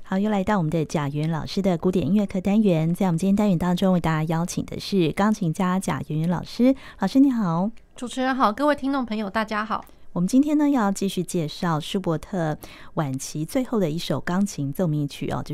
好，又来到我们的贾元老师的古典音乐课单元。在我们今天单元当中，为大家邀请的是钢琴家贾元老师。老师你好。 主持人好，各位听众朋友大家好。 我们今天呢要继续介绍舒伯特晚期最后的一首钢琴奏鸣曲哦，就是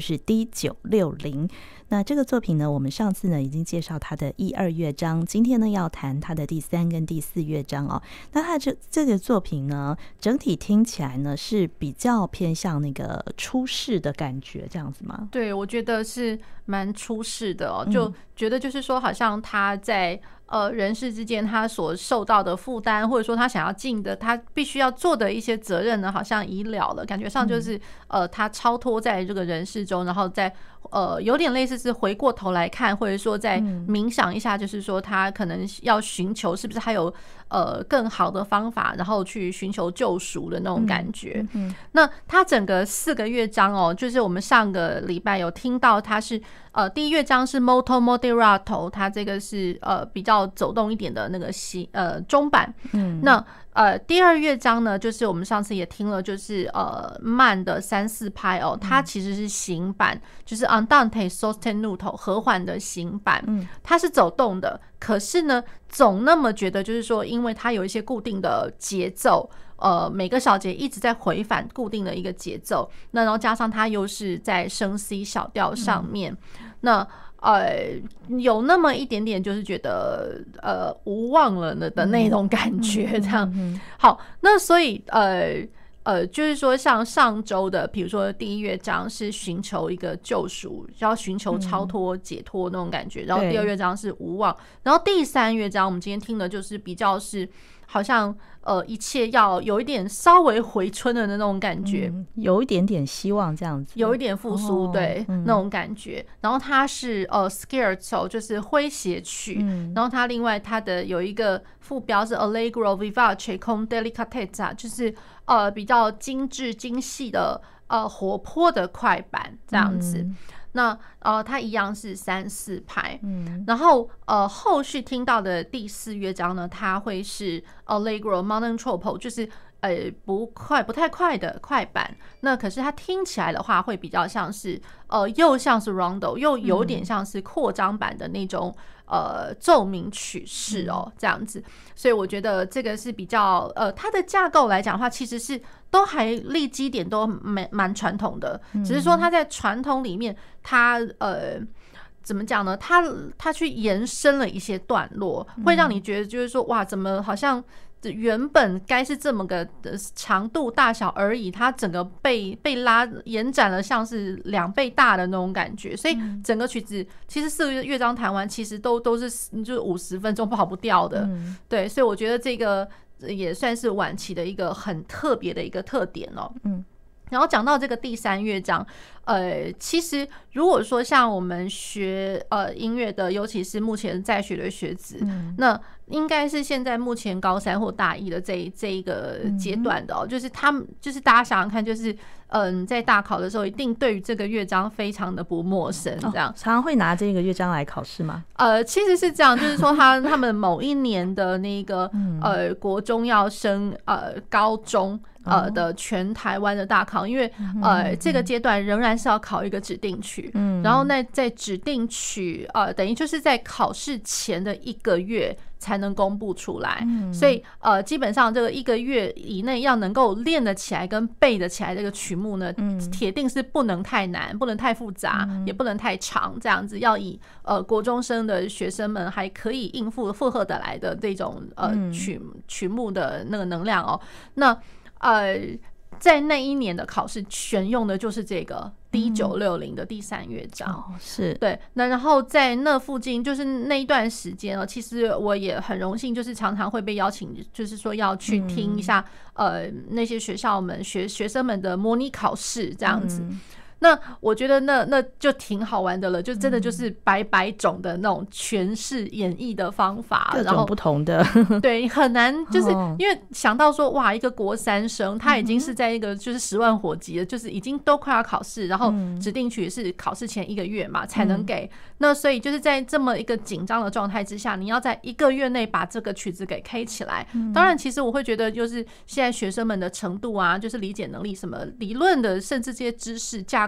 D960。那这个作品呢，我们上次呢已经介绍它的1、2乐章，今天呢要谈它的第3跟第4乐章哦。那它这个作品呢，整体听起来呢是比较偏向那个出世的感觉，这样子吗？ 对，我觉得是蛮出世的哦，就觉得就是说，好像他在人世之间他所受到的负担，或者说他想要尽的，他必须要做的一些责任呢，好像已了了，感觉上就是他超脱在这个人世中，然后在有点类似是回过头来看，或者说在冥想一下，就是说他可能要寻求是不是还有更好的方法，然后去寻求救赎的那种感觉。那他整个4个乐章哦，就是我们上个礼拜有听到，他是第1乐章是 molto moderato， 它这个是比较走动一点的那个中版。那第2乐章呢，就是我们上次也听了，就是慢的3、4拍哦，它其实是行版，就是 andante sostenuto 和缓的行版，它是走动的。可是呢，总那么觉得就是说，因为它有一些固定的节奏，每个小节一直在回返固定的一个节奏，那然后加上它又是在升 C 小调上面，那有那么一点点就是觉得无望了的那种感觉，这样。好，那所以就是说，像上周的，比如说第1乐章是寻求一个救赎，要寻求超脱、解脱那种感觉，然后第2乐章是无望，然后第3乐章我们今天听的就是比较是好像一切要有一点稍微回春的那种感觉， 有一点点希望这样子， 有一点复苏，对，那种感觉。然后它是scherzo， 就是诙谐曲，然后它另外它的有一个副标是 Allegro vivace con delicatezza， 就是比较精致精细的活泼的快板这样子。那它一样是3、4拍，然后后续听到的第4乐章呢，它会是 Allegro modern troppo， 就是不太快的快板。那可是它听起来的话，会比较像是又像是 rondo， 又有点像是扩张版的那种奏鸣曲式哦，这样子。所以我觉得这个是比较它的架构来讲的话，其实是都还立基点都蛮传统的，只是说它在传统里面，它怎么讲呢？它去延伸了一些段落，会让你觉得就是说，哇，怎么好像原本该是这么个长度大小而已，它整个被延展了，像是2倍大的那种感觉。所以整个曲子其实4个乐章弹完，其实都是就是50分钟跑不掉的。对，所以我觉得这个也算是晚期的一个很特别的一个特点哦。然后讲到这个第3乐章，其实如果说像我们学音乐的，尤其是目前在学的学子，那应该是现在目前高3或大1的这一个阶段的哦，就是他们就是大家想想看，就是在大考的时候，一定对于这个乐章非常的不陌生，这样常常会拿这个乐章来考试吗？ 其实是这样，就是说他们某一年的那个国中要升高中的全台湾的大考，因为这个阶段仍然是要考一个指定曲，然后那在指定曲等于就是在考试前的1个月才能公布出来，所以基本上这个1个月以内要能够练得起来跟背得起来这个曲目呢，铁定是不能太难，不能太复杂，也不能太长，这样子要以国中生的学生们还可以应付负荷得来的这种曲目的那个能量哦。那在那一年的考试选用的就是这个D960的第3乐章， 是对。那然后在那附近，就是那一段时间其实我也很荣幸，就是常常会被邀请，就是说要去听一下那些学校们学生们的模拟考试这样子。那我觉得那就挺好玩的了，就真的就是百种的那种诠释演绎的方法， 各种不同的， 对，很难，就是因为想到说，哇，一个国3生，他已经是在一个就是10万火急了，就是已经都快要考试，然后指定曲是考试前1个月嘛才能给，那所以就是在这么一个紧张的状态之下，你要在1个月内把这个曲子给 K 起来。当然，其实我会觉得，就是现在学生们的程度啊，就是理解能力什么理论的，甚至这些知识架构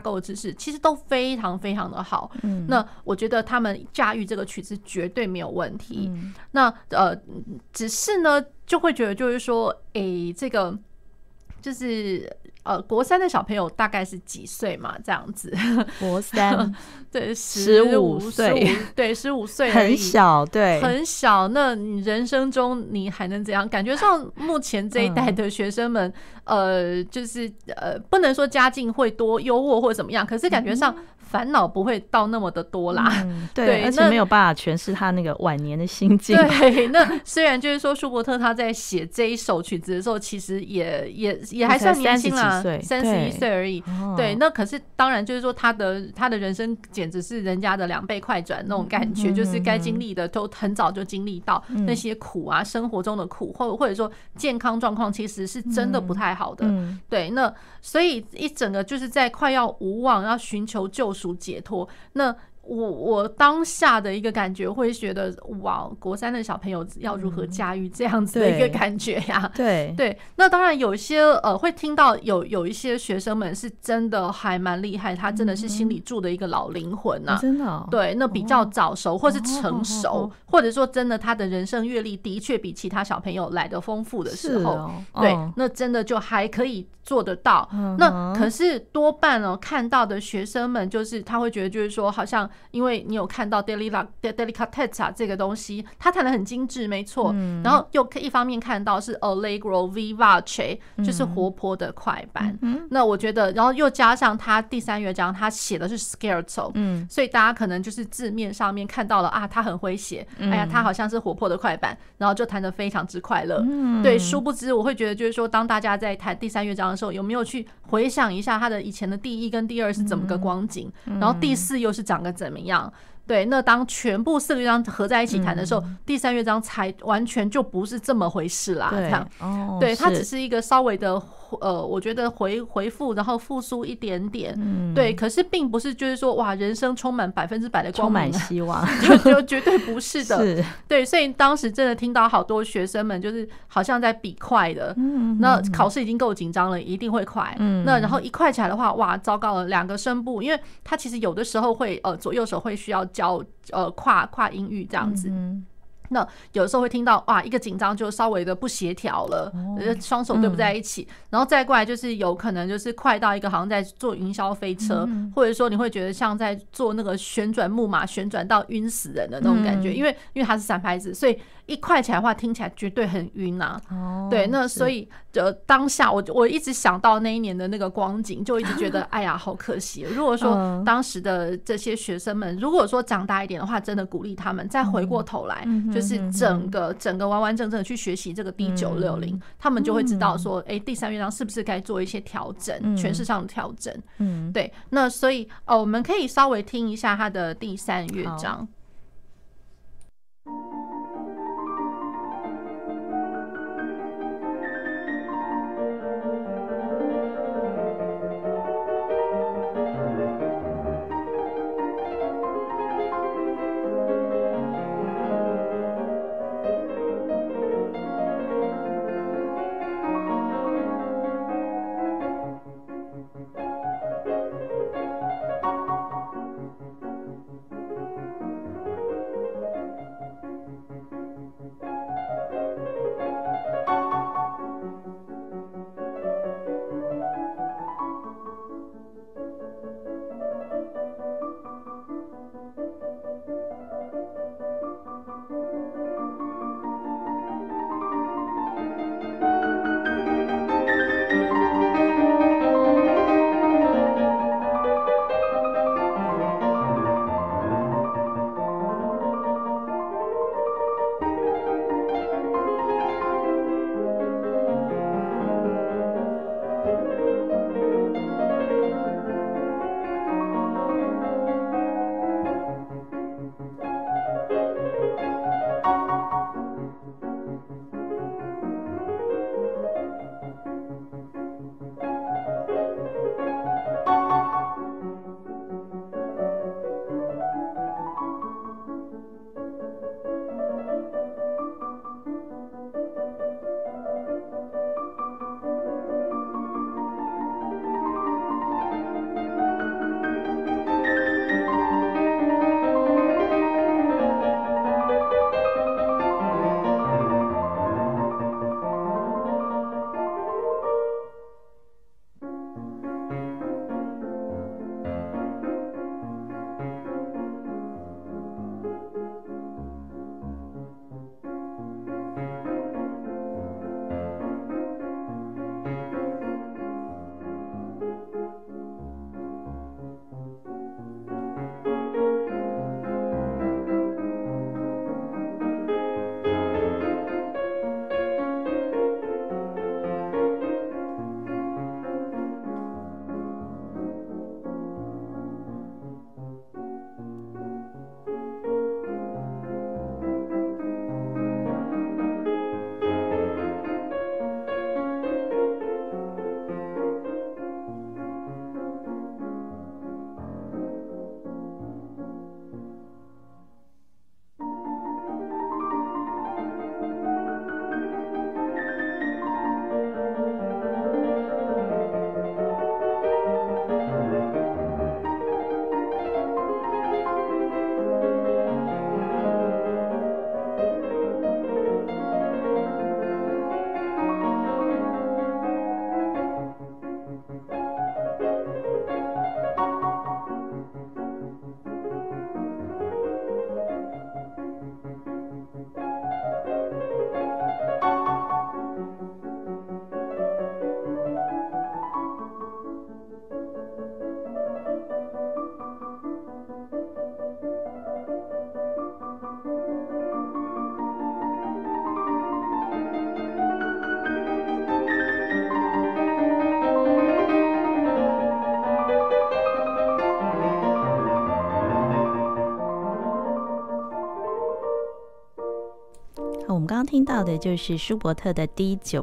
构的知识，其实都非常非常的好。那我觉得他们驾驭这个曲子绝对没有问题。那只是呢，就会觉得就是说，这个就是国三的小朋友大概是几岁嘛？这样子， 国三对 ，15岁， 对15岁很小，对， 很小。那你人生中你还能怎样？感觉上目前这一代的学生们，就是不能说家境会多优渥或者怎么样，可是感觉上烦恼不会到那么的多啦。 对，而且没有办法诠释他那个晚年的心境。 对，那虽然就是说舒伯特他在写这一首曲子的时候，其实也还算年轻啦，31岁而已。对，那可是当然就是说他的人生简直是人家的2倍快转那种感觉，就是该经历的都很早就经历到，那些苦啊，生活中的苦，或者说健康状况其实是真的不太好的。对，那所以一整个就是在快要无望，要寻求救赎解脱。那我当下的一个感觉会觉得，哇，国三的小朋友要如何驾驭这样子的一个感觉呀？对，那当然有一些会听到有一些学生们是真的还蛮厉害，他真的是心里住的一个老灵魂啊， 真的， 对，那比较早熟或是成熟，或者说真的他的人生阅历的确比其他小朋友来得丰富的时候，对，那真的就还可以做得到。那可是多半看到的学生们就是他会觉得就是说好像。因为你有看到 Delicatezza 这个东西，它弹得很精致，没错。然后又一方面看到是 Allegro Vivace， 就是活泼的快板。那我觉得，然后又加上他第3乐章，他写的是 Scherzo，所以大家可能就是字面上面看到了啊，他很诙谐，哎呀，他好像是活泼的快板，然后就弹得非常之快乐。对，殊不知我会觉得就是说，当大家在弹第3乐章的时候，有没有去回想一下他的以前的第1跟第2是怎么个光景，然后第4又是长个怎么样？对，那当全部4个乐章合在一起弹的时候，第3乐章才完全就不是这么回事啦。这样，对，它只是一个稍微的我觉得回复，然后复苏一点点。对，可是并不是就是说哇，人生充满100%的光明， 充满希望， 就绝对不是的。对，所以当时真的听到好多学生们就是好像在比快的，那考试已经够紧张了，一定会快。那然后一快起来的话，哇，糟糕了，2个声部，因为它其实有的时候会左右手会需要教跨音域这样子。那有的时候会听到哇，一个紧张就稍微的不协调了，双手对不在一起，然后再过来就是有可能就是快到一个好像在坐云霄飞车，或者说你会觉得像在做那个旋转木马，旋转到晕死人的那种感觉，因为它是3拍子，所以一快起来的话听起来绝对很晕啊。对，那所以当下我一直想到那一年的那个光景，就一直觉得哎呀好可惜。如果说当时的这些学生们如果说长大一点的话，真的鼓励他们再回过头来就是整个完完整整的去学习这个 D960，他们就会知道说第3乐章是不是该做一些调整，诠释上的调整。对，那所以我们可以稍微听一下他的第3乐章。 好，我们刚刚听到的就是舒伯特的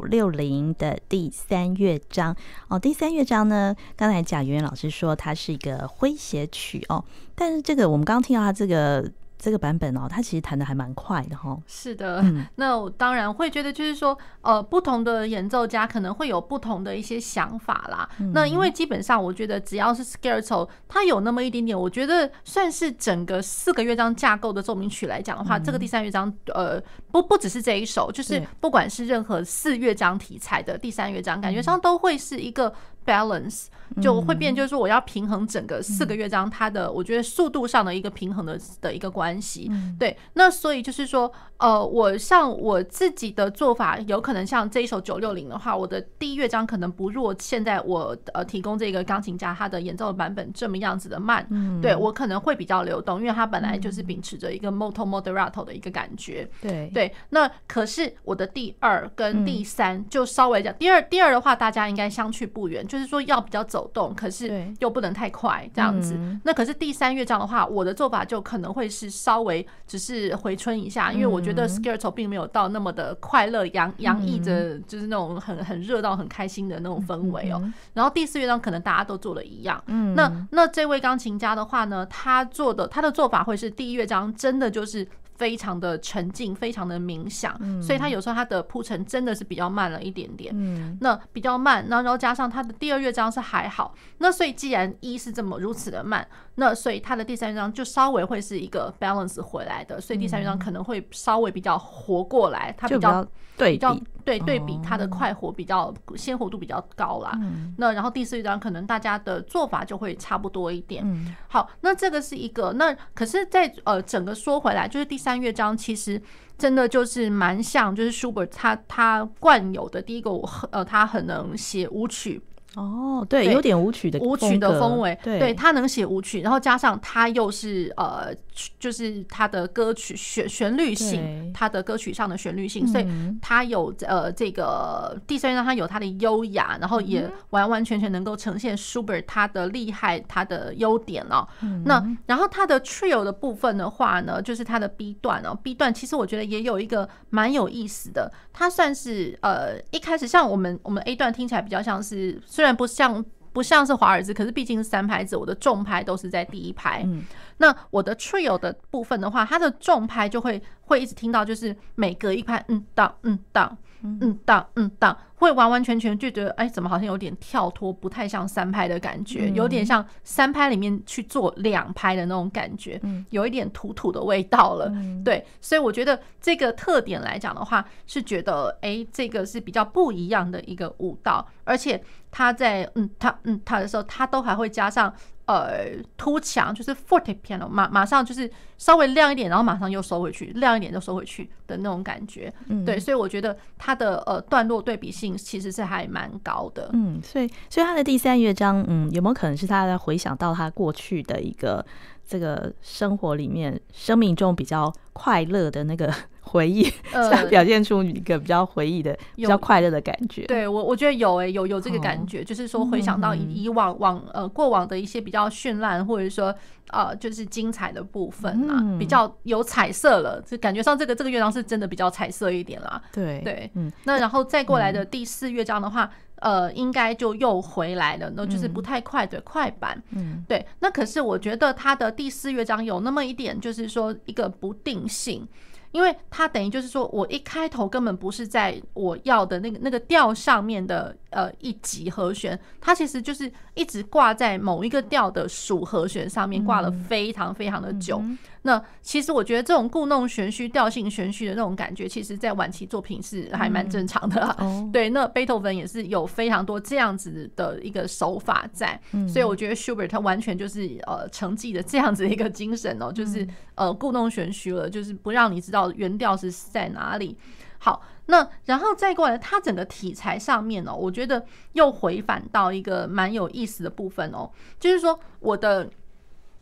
D960 的第3乐章哦。第3乐章呢，刚才贾圆圆老师说它是一个诙谐曲哦，但是这个我们刚刚听到它这个版本哦，它其实弹的还蛮快的哦。 是的，那我当然会觉得就是说，不同的演奏家可能会有不同的一些想法啦。那因为基本上我觉得只要是 Scherzo， 它有那么一点点，我觉得算是整个4个乐章架构的奏鸣曲来讲的话，这个第3乐章，不只是这一首，就是不管是任何4乐章题材的第3乐章，感觉上都会是一个balance， 就会变，就是说我要平衡整个4个乐章它的，我觉得速度上的一个平衡的一个关系。对，那所以就是说，我像我自己的做法，有可能像这一首960的话，我的第1乐章可能不若现在我提供这个钢琴家他的演奏的版本这么样子的慢。对，我可能会比较流动，因为它本来就是秉持着一个 molto moderato 的一个感觉。对，那可是我的第2跟第3就稍微讲，第二的话大家应该相去不远。就是说要比较走动，可是又不能太快这样子。那可是第3乐章的话，我的做法就可能会是稍微只是回春一下，因为我觉得 Scherzo 并没有到那么的快乐洋溢着，就是那种很热到很开心的那种氛围哦。然后第4乐章可能大家都做的一样。那这位钢琴家的话呢，他的做法会是第1乐章真的就是非常的沉静，非常的冥想，所以他有时候他的铺陈真的是比较慢了一点点。那比较慢，然后加上他的第2乐章是还好，那所以既然1是这么如此的慢，那所以他的第3乐章就稍微会是一个 balance 回来的，所以第3乐章可能会稍微比较活过来，它比较对比它的快活比较鲜活度比较高啦。那然后第4乐章可能大家的做法就会差不多一点。好，那这个是一个，那可是在整个说回来，就是第3乐章其实真的就是蛮像，就是 Schubert 他惯有的第一个，他很能写舞曲。 对，有点舞曲的风味，对，他能写舞曲，然后加上他又是就是他的歌曲旋律性，他的歌曲上的旋律性，所以他有这个第3乐章他有他的优雅，然后也完完全全能够呈现 Schubert 他的厉害，他的优点哦。那然后他的 trio 的部分的话呢，就是他的 B 段哦 ，B 段其实我觉得也有一个蛮有意思的，它算是一开始像我们 A 段听起来比较像是。虽然不像是华尔兹，可是毕竟是3拍子，我的重拍都是在第1拍。那我的 trio 的部分的话，它的重拍就会一直听到，就是每隔一拍，当当，会完完全全就觉得，怎么好像有点跳脱，不太像3拍的感觉，有点像3拍里面去做2拍的那种感觉，有一点土土的味道了。对，所以我觉得这个特点来讲的话，是觉得这个是比较不一样的一个舞蹈，而且他在他的时候，他都还会加上突强，就是 forte piano， 马上就是稍微亮一点，然后马上又收回去，亮一点就收回去的那种感觉。对，所以我觉得他的段落对比性其实是还蛮高的。 所以他的第3乐章，有没有可能是他在回想到他过去的一个这个生活里面，生命中比较快乐的那个回忆，表现出一个比较回忆的、比较快乐的感觉。 对，我觉得有这个感觉，就是说回想到以往过往的一些比较绚烂，或者说就是精彩的部分啦，比较有彩色了，就感觉上这个乐章是真的比较彩色一点啦。 对， 那然后再过来的第4乐章的话。应该就又回来了，那就是不太快的快板。对。那可是我觉得他的第4乐章有那么一点，就是说一个不定性，因为它等于就是说我一开头根本不是在我要的那个调上面的一级和弦，它其实就是一直挂在某一个调的属和弦上面，挂了非常非常的久。那其实我觉得这种故弄玄虚、调性玄虚的那种感觉，其实在晚期作品是还蛮正常的啦。对，那贝多芬也是有非常多这样子的一个手法在，所以我觉得 Schubert 他完全就是承继的这样子的一个精神哦，就是故弄玄虚了，就是不让你知道原调是在哪里。好，那然后再过来，它整个题材上面我觉得又回返到一个蛮有意思的部分就是说我的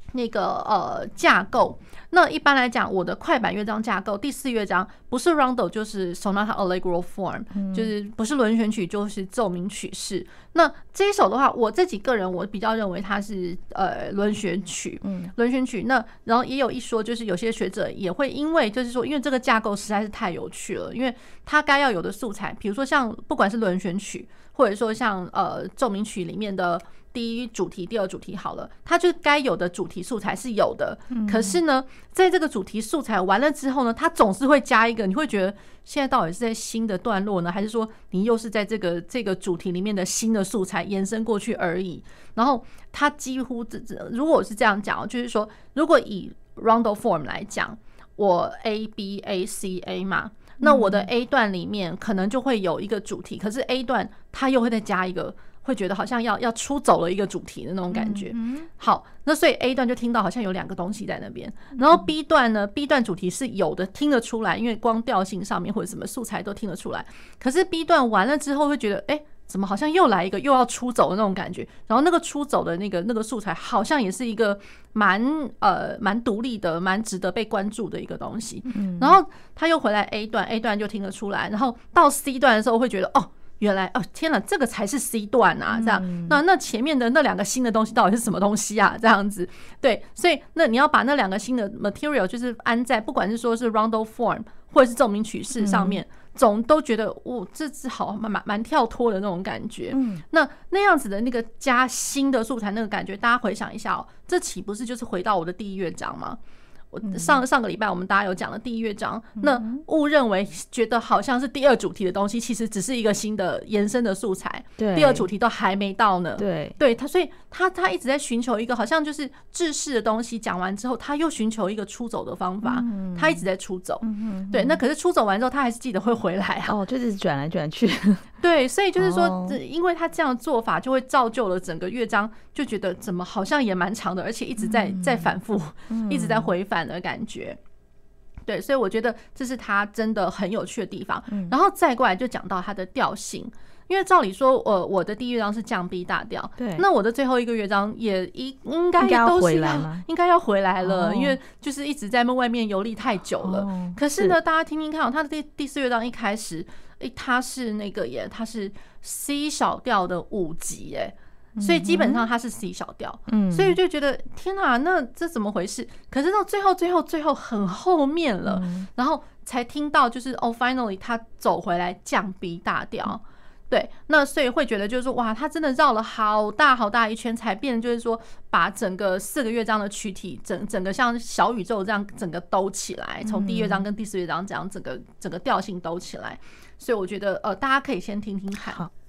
那个架构。那一般来讲，我的快板乐章架构第4乐章不是 rondo 就是 sonata allegro form，就是不是轮旋曲就是奏鸣曲式。那这一首的话，我自己个人我比较认为它是轮旋曲，轮旋曲。那然后也有一说，就是有些学者也会因为就是说，因为这个架构实在是太有趣了，因为它该要有的素材，比如说像不管是轮旋曲，或者说像奏鸣曲里面的第一主题、第二主题好了，它就该有的主题素材是有的。可是呢，在这个主题素材完了之后呢，它总是会加一个，你会觉得现在到底是在新的段落呢，还是说你又是在这个主题里面的新的素材延伸过去而已？然后它几乎如果我是这样讲，就是说，如果以 rondo form 来讲，我 A B A C A 嘛。那我的 A 段里面可能就会有一个主题，可是 A 段它又会再加一个，会觉得好像要出走了一个主题的那种感觉。好，那所以 A 段就听到好像有2个东西在那边，然后 B 段呢 ，B 段主题是有的，听得出来，因为光调性上面或者什么素材都听得出来。可是 B 段完了之后会觉得，怎么好像又来一个又要出走的那种感觉？然后那个出走的那个素材好像也是一个蛮独立的、蛮值得被关注的一个东西。然后他又回来 A 段就听得出来，然后到 C 段的时候会觉得原来天哪，这个才是 C 段啊！这样，那前面的那2个新的东西到底是什么东西啊？这样子，对，所以那你要把那2个新的 material 就是安在不管是说是 rondo form 或者是奏鸣曲式上面。总都觉得这是好蛮跳脱的那种感觉。那样子的那个加新的素材那个感觉，大家回想一下这岂不是就是回到我的第1乐章吗？我上个礼拜我们大家有讲了第1乐章，那误认为觉得好像是第2主题的东西，其实只是一个新的延伸的素材，第2主题都还没到呢。对，所以他一直在寻求一个好像就是制式的东西，讲完之后他又寻求一个出走的方法，他一直在出走。对，那可是出走完之后，他还是记得会回来就是转来转去。 对，所以就是说，因为他这样的做法，就会造就了整个乐章，就觉得怎么好像也蛮长的，而且一直在反复，一直在回返的感觉。对，所以我觉得这是他真的很有趣的地方。然后再过来就讲到他的调性，因为照理说，我的第1乐章是降 B 大调， 对， 那我的最后一个乐章也应该都是应该要回来了，因为就是一直在外面游历太久了。可是呢，大家听听看，他的第4乐章一开始。它是它是 C 小调的5级所以基本上它是 C 小调，所以就觉得天哪，那这怎么回事？可是到最后很后面了，然后才听到就是finally 他走回来降 B 大调。对，那所以会觉得就是说，哇，他真的绕了好大一圈，才变成就是说，把整个4个乐章的躯体，整个像小宇宙这样整个兜起来，从第1乐章跟第4乐章这样整个调性兜起来。所以我觉得大家可以先听听看。好。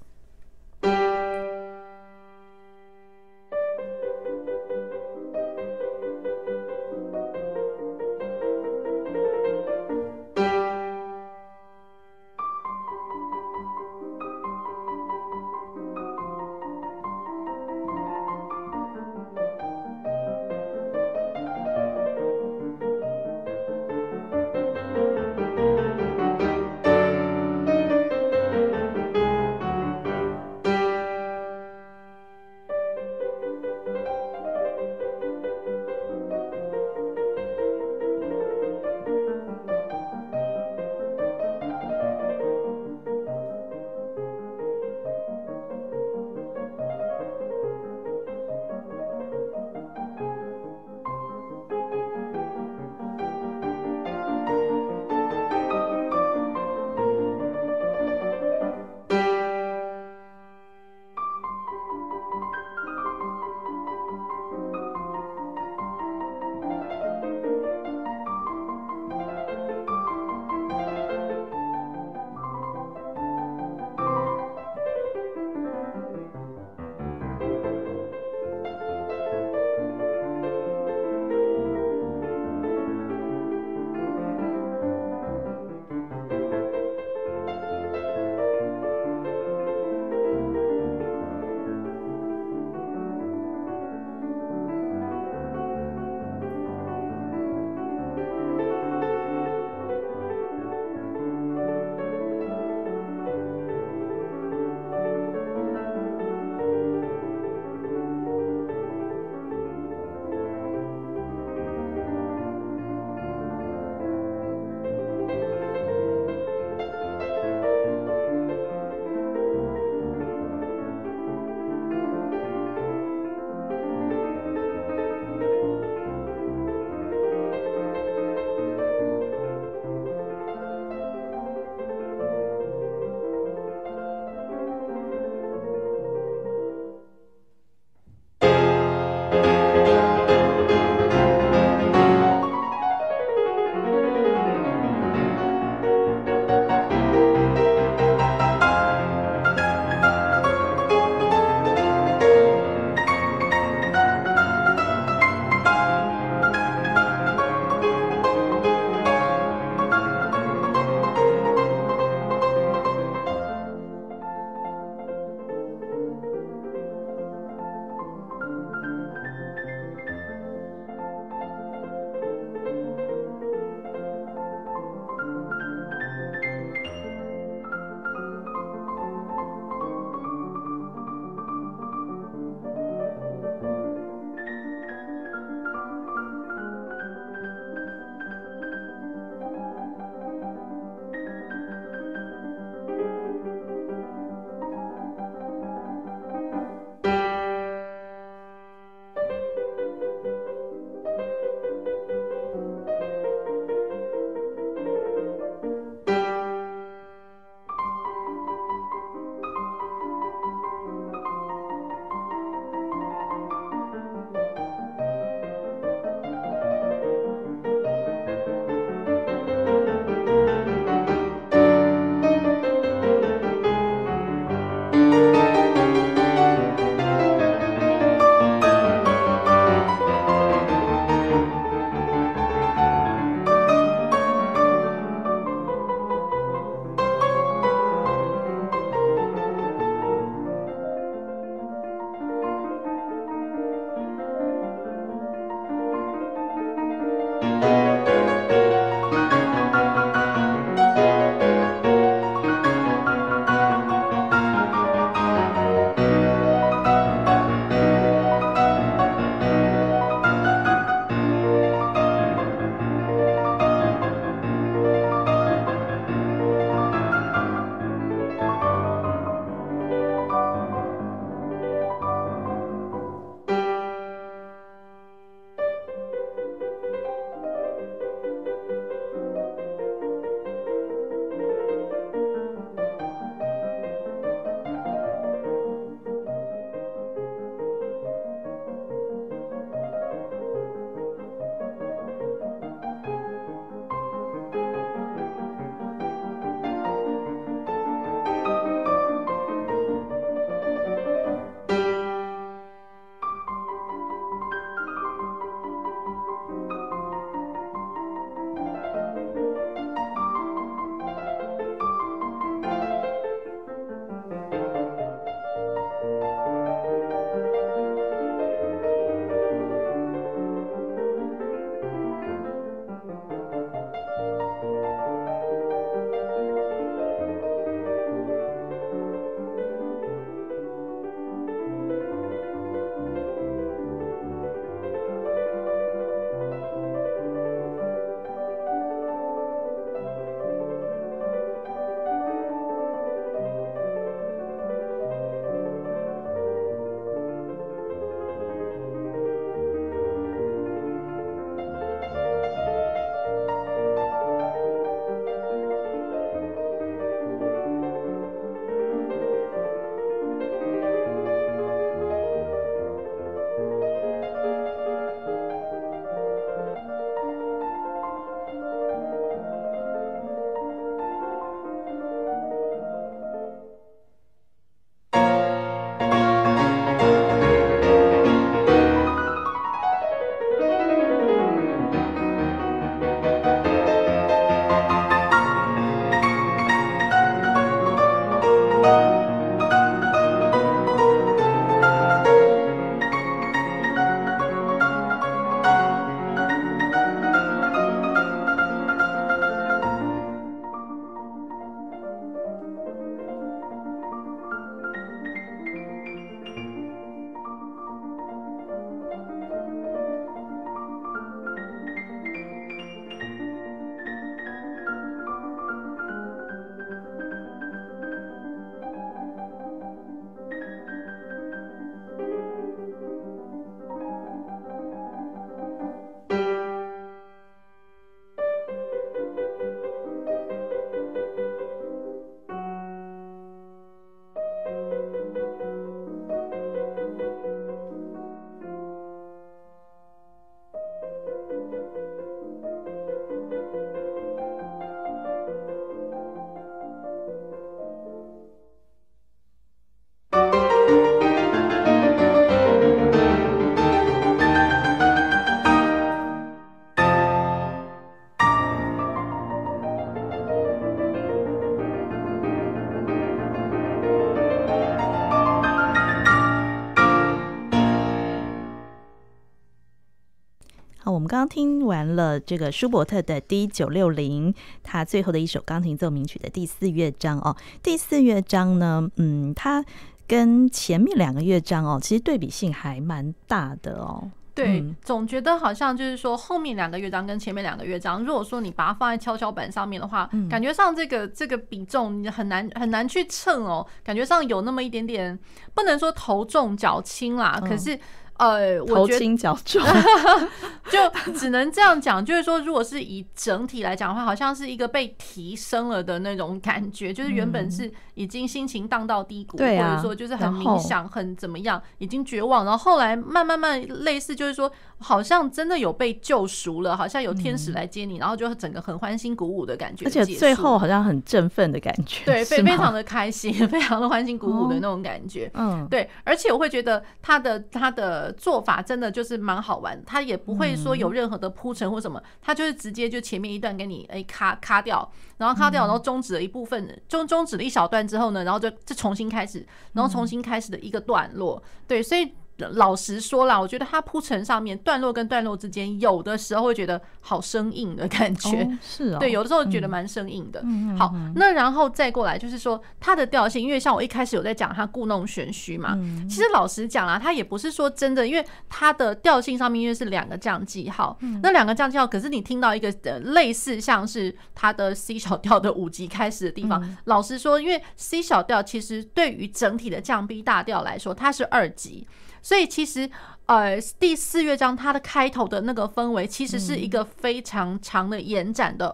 好，我们刚刚听完了这个舒伯特的 D960，他最后的一首钢琴奏鸣曲的第4乐章哦。第4乐章呢，它跟前面2个乐章哦，其实对比性还蛮大的哦。 对，总觉得好像就是说后面2个乐章跟前面2个乐章，如果说你把它放在跷跷板上面的话，感觉上这个比重你很难去称哦，感觉上有那么一点点，不能说头重脚轻啦，可是我觉得头轻脚重就只能这样讲，就是说如果是以整体来讲的话，好像是一个被提升了的那种感觉，就是原本是已经心情荡到低谷，或者说就是很冥想很怎么样，已经绝望，然后后来慢慢类似就是说好像真的有被救赎了，好像有天使来接你，然后就整个很欢欣鼓舞的感觉， 而且最后好像很振奋的感觉， 对，非常的开心，非常的欢欣鼓舞的那种感觉，对，而且我会觉得他的做法真的就是蛮好玩，他也不会说有任何的铺陈或什么，他就是直接就前面一段给你卡掉，然后然后终止了一部分，终止了一小段之后呢，然后就重新开始，然后重新开始的一个段落，对，所以老实说啦，我觉得它铺陈上面段落跟段落之间，有的时候会觉得好生硬的感觉， 是哦， 对，有的时候觉得蛮生硬的。好，那然后再过来就是说它的调性，因为像我一开始有在讲它故弄玄虚嘛，其实老实讲啦，它也不是说真的，因为它的调性上面因为是2个降记号，那2个降记号，可是你听到一个类似像是它的 C 小调的5级开始的地方，老实说，因为 C 小调其实对于整体的降 B 大调来说，它是2级。所以其实第4乐章它的开头的那个氛围其实是一个非常长的延展的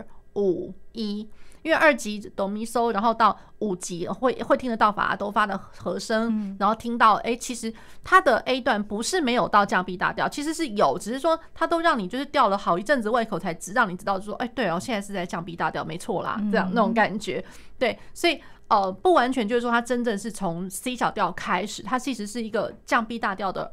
2、5、1，因为2级哆咪嗦，然后到5级会听得到法哆发的和声，然后听到其实它的 A 段不是没有到降 B 大调，其实是有，只是说它都让你就是吊了好一阵子胃口才让你知道说对哦，现在是在降 B 大调没错啦，这样那种感觉，对，所以不完全就是说它真正是从 C 小调开始，它其实是一个降 B 大调的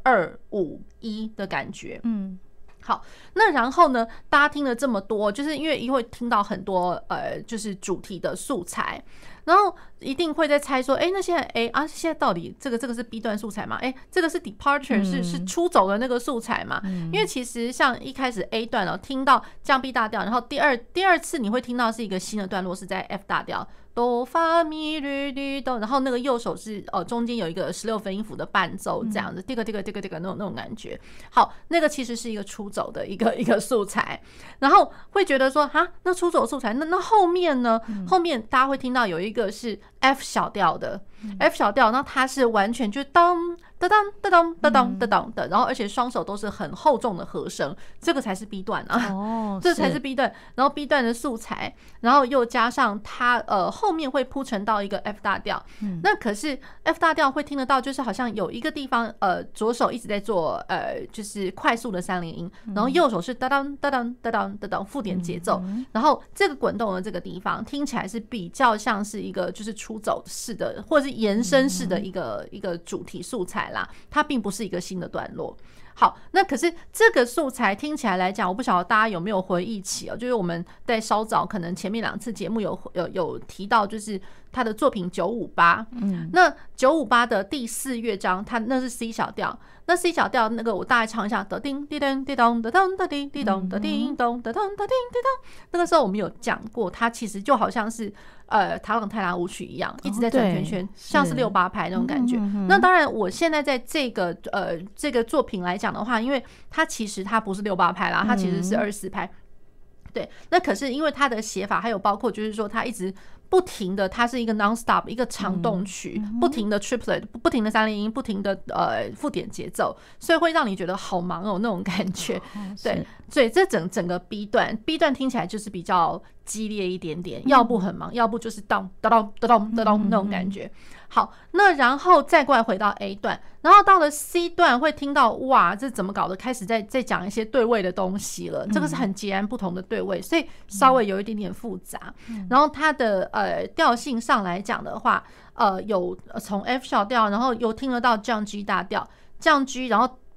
2、5、1的感觉。好，那然后呢，大家听了这么多，就是因为会听到很多就是主题的素材，然后一定会在猜说，那现在现在到底这个是 B 段素材吗？这个是 departure 是出走的那个素材嘛？因为其实像一开始 A 段听到降 B 大调，然后第二次你会听到是一个新的段落是在 F 大调。哆发咪瑞哆哆，然后那个右手是中间有一个16分音符的伴奏，这样子，这个那种感觉。好，那个其实是一个出走的一个素材，然后会觉得说那出走素材，那后面呢？后面大家会听到有一个是 F 小调的 F 小调，那它是完全就当哒当哒当哒当哒当的，然后而且双手都是很厚重的和声，这个才是 B 段啊，这才是 B 段，然后 B 段的素材，然后又加上它后面会铺陈到一个 F 大调，那可是 F 大调会听得到，就是好像有一个地方左手一直在做就是快速的3连音，然后右手是哒当哒当哒当哒当附点节奏，然后这个滚动的这个地方听起来是比较像是一个就是出走式的或者是延伸式的一个主题素材啦，它并不是一个新的段落。好，那可是这个素材听起来来讲，我不晓得大家有没有回忆起就是我们在稍早可能前面2次节目有提到，就是他的作品958，那958的第4乐章，它那是 C 小调，那 C 小调那个我大概唱一下，哒叮滴咚滴咚哒咚哒叮滴咚哒叮咚哒咚哒叮滴咚，那个时候我们有讲过，它其实就好像是塔朗泰拉舞曲一样，一直在转圈圈，像是6/8拍那种感觉。那当然，我现在在这个作品来讲的话，因为它其实它不是6/8拍啦，它其实是24拍。对，那可是因为它的写法还有包括就是说它一直不停的，它是一个 non-stop 一个长动曲，不停的 triplet， 不停的3连音，不停的附点节奏，所以会让你觉得好忙哦那种感觉。对，所以这整个 B 段听起来就是比较激烈一点点，要不很忙，要不就是当哒当哒当哒当那种感觉。好，那然后再过来回到 A 段，然后到了 C 段会听到哇，这怎么搞的？开始在讲一些对位的东西了，这个是很截然不同的对位，所以稍微有一点点复杂。然后它的调性上来讲的话，有从 F 小调，然后有听得到降 G 大调，降 G， 然后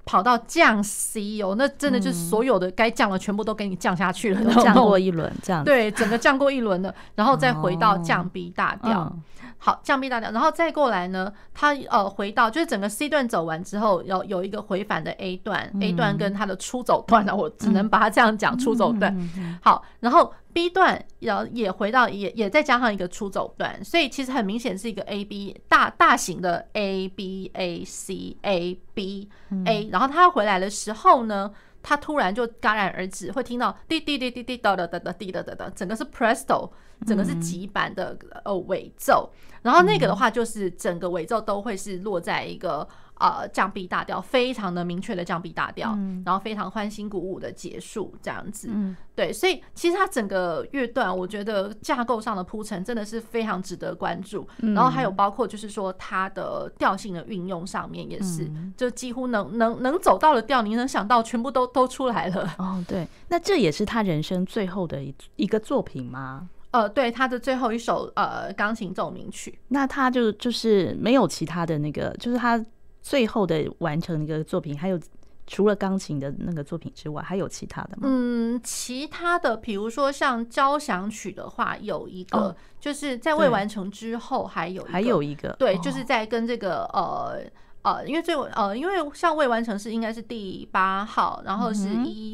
跑到降 C 哦，那真的就是所有的该降的全部都给你降下去了， 降过一轮这样。 对，整个降过一轮了，然后再回到降 B 大调。好，降 B 大调，然后再过来呢，它回到就是整个 C 段走完之后，有一个回返的 A 段，A 段跟它的出走段呢，我只能把它这样讲，出走段。好，然后 B 段也回到也再加上一个出走段，所以其实很明显是一个 A B 大型的 A B A C A B A， 然后它回来的时候呢，它突然就戛然而止，会听到滴滴滴滴滴哒哒哒哒滴哒哒哒，整个是 Presto， 整个是极版的尾奏，然后那个的话就是整个尾奏都会是落在一个降 B 大调，非常的明确的降 B 大调，然后非常欢欣鼓舞的结束这样子。对，所以其实它整个乐段我觉得架构上的铺陈真的是非常值得关注，然后还有包括就是说它的调性的运用上面也是，就几乎能走到的调，你能想到全部都出来了。 哦，对，那这也是他人生最后的一个作品吗？ 对，他的最后一首钢琴奏鸣曲。 那他就是没有其他的那个，就是他最后的完成的一个作品，还有除了钢琴的那个作品之外，还有其他的吗？ 其他的比如说像交响曲的话，有一个就是在未完成之后还有一个，对，就是在跟这个因为像未完成是应该是第8号，然后是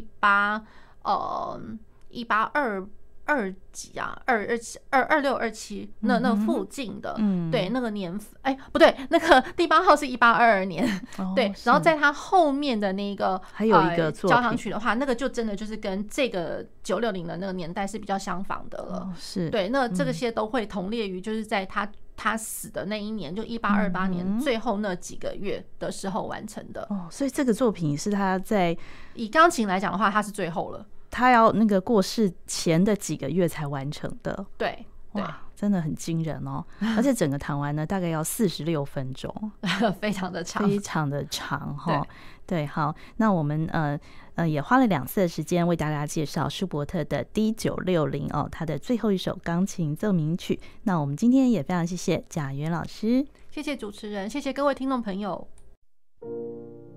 182几啊，2627那附近的，对，那个年不对，那个第8号是1822年，对，然后在它后面的那个还有一个交响曲的话，那个就真的就是跟这个960的那个年代是比较相仿的了， 是对，那这些都会同列于就是在他死的那一年，就1828年最后那几个月的时候完成的。 所以这个作品是他在以钢琴来讲的话，他是最后了。 他要那个过世前的几个月才完成的， 对， 哇，真的很惊人哦！而且整个弹完呢，大概要46分钟， 非常的长， 非常的长哈。对，好，那我们也花了2次的时间为大家介绍舒伯特的 D960哦，他的最后一首钢琴奏鸣曲。那我们今天也非常谢谢贾元老师， 谢谢主持人，谢谢各位听众朋友。